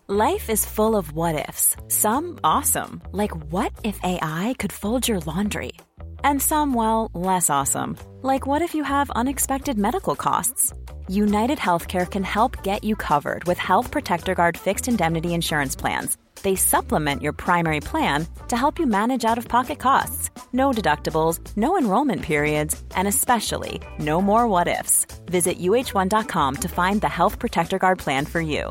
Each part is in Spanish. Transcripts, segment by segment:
Life is full of what-ifs. Some awesome, like what if AI could fold your laundry? And some, well, less awesome, like what if you have unexpected medical costs? United Healthcare can help get you covered with Health Protector Guard fixed indemnity insurance plans. They supplement your primary plan to help you manage out-of-pocket costs. No deductibles, no enrollment periods, and especially no more what-ifs. Visit uh1.com to find the Health Protector Guard plan for you.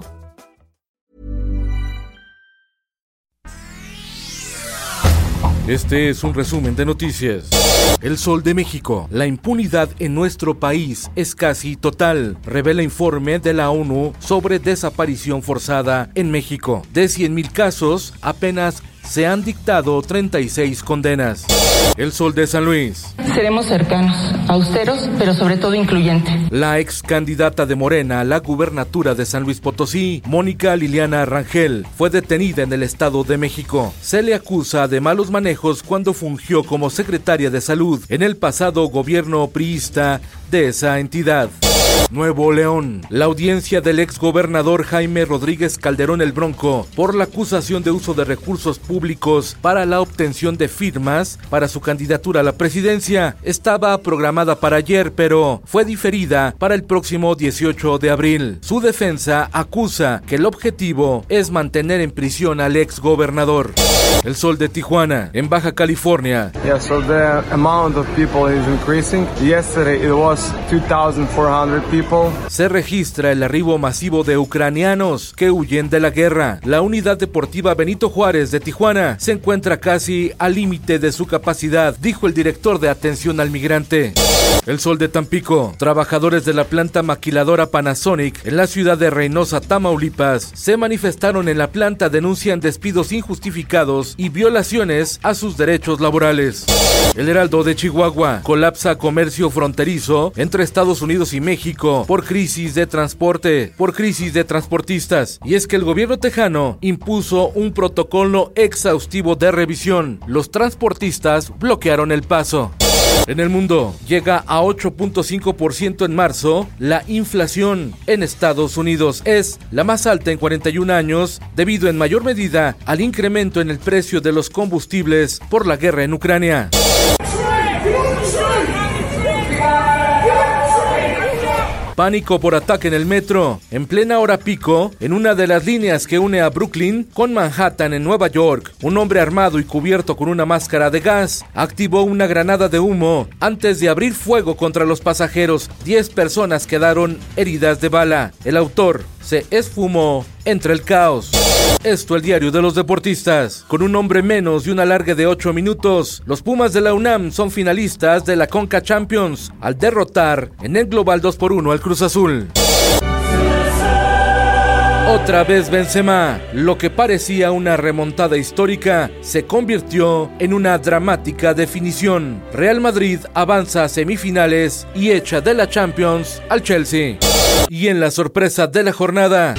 Este es un resumen de noticias. El Sol de México. La impunidad en nuestro país es casi total, revela informe de la ONU sobre desaparición forzada en México. De 100,000 casos, apenas se han dictado 36 condenas. El Sol de San Luis. Seremos cercanos, austeros, pero sobre todo incluyentes. La ex candidata de Morena a la gubernatura de San Luis Potosí, Mónica Liliana Rangel, fue detenida en el Estado de México. Se le acusa de malos manejos cuando fungió como secretaria de Salud en el pasado gobierno priista de esa entidad. Nuevo León. La audiencia del exgobernador Jaime Rodríguez Calderón el Bronco por la acusación de uso de recursos públicos para la obtención de firmas para su candidatura a la presidencia estaba programada para ayer, pero fue diferida para el próximo 18 de abril. Su defensa acusa que el objetivo es mantener en prisión al exgobernador. El Sol de Tijuana, en Baja California. Yeah, so the amount of people is increasing. Yesterday it was 2,400 people. Se registra el arribo masivo de ucranianos que huyen de la guerra. La unidad deportiva Benito Juárez de Tijuana se encuentra casi al límite de su capacidad, dijo el director de atención al migrante. El Sol de Tampico. Trabajadores de la planta maquiladora Panasonic en la ciudad de Reynosa, Tamaulipas, se manifestaron en la planta, denuncian despidos injustificados y violaciones a sus derechos laborales. El Heraldo de Chihuahua. Colapsa comercio fronterizo entre Estados Unidos y México por crisis de transporte, por crisis de transportistas. Y es que el gobierno tejano impuso un protocolo exhaustivo de revisión. Los transportistas bloquearon el paso. En el mundo, llega a 8.5% en marzo. La inflación en Estados Unidos es la más alta en 41 años, debido en mayor medida al incremento en el precio de los combustibles por la guerra en Ucrania. Pánico por ataque en el metro. En plena hora pico, en una de las líneas que une a Brooklyn con Manhattan en Nueva York, un hombre armado y cubierto con una máscara de gas activó una granada de humo antes de abrir fuego contra los pasajeros. 10 personas quedaron heridas de bala. El autor se esfumó entre el caos. Esto el diario de los deportistas. Con un hombre menos y un alargue de 8 minutos, los Pumas de la UNAM son finalistas de la Conca Champions al derrotar en el global 2-1 al Cruz Azul. Otra vez Benzema. Lo que parecía una remontada histórica se convirtió en una dramática definición. Real Madrid avanza a semifinales y echa de la Champions al Chelsea. Y en la sorpresa de la jornada,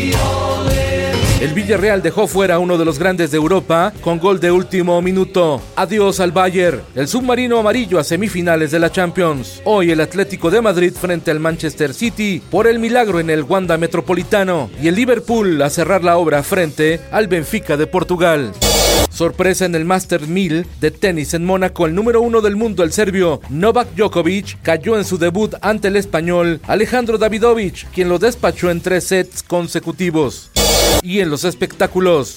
el Villarreal dejó fuera a uno de los grandes de Europa con gol de último minuto. Adiós al Bayern. El submarino amarillo a semifinales de la Champions. Hoy el Atlético de Madrid frente al Manchester City por el milagro en el Wanda Metropolitano. Y el Liverpool a cerrar la obra frente al Benfica de Portugal. Sorpresa en el Master 1000 de tenis en Mónaco. El número 1 del mundo, el serbio Novak Djokovic, cayó en su debut ante el español Alejandro Davidovich, quien lo despachó en 3 sets consecutivos. Y en los espectáculos,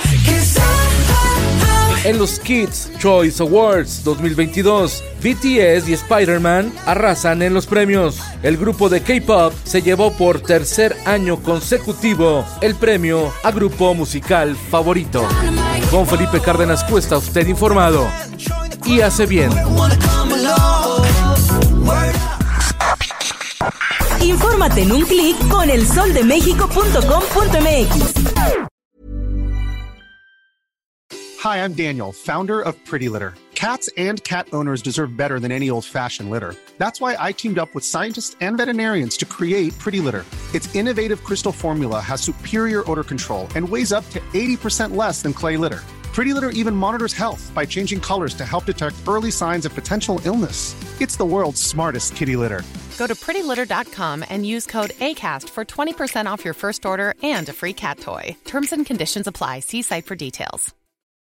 en los Kids Choice Awards 2022, BTS y Spider-Man arrasan en los premios. El grupo de K-pop se llevó por tercer año consecutivo el premio a grupo musical favorito. Con Felipe Cárdenas Cuesta, usted informado y hace bien. Infórmate en un clic con elsoldemexico.com.mx. Hi, I'm Daniel, founder of Pretty Litter. Cats and cat owners deserve better than any old-fashioned litter. That's why I teamed up with scientists and veterinarians to create Pretty Litter. Its innovative crystal formula has superior odor control and weighs up to 80% less than clay litter. Pretty Litter even monitors health by changing colors to help detect early signs of potential illness. It's the world's smartest kitty litter. Go to prettylitter.com and use code ACAST for 20% off your first order and a free cat toy. Terms and conditions apply. See site for details.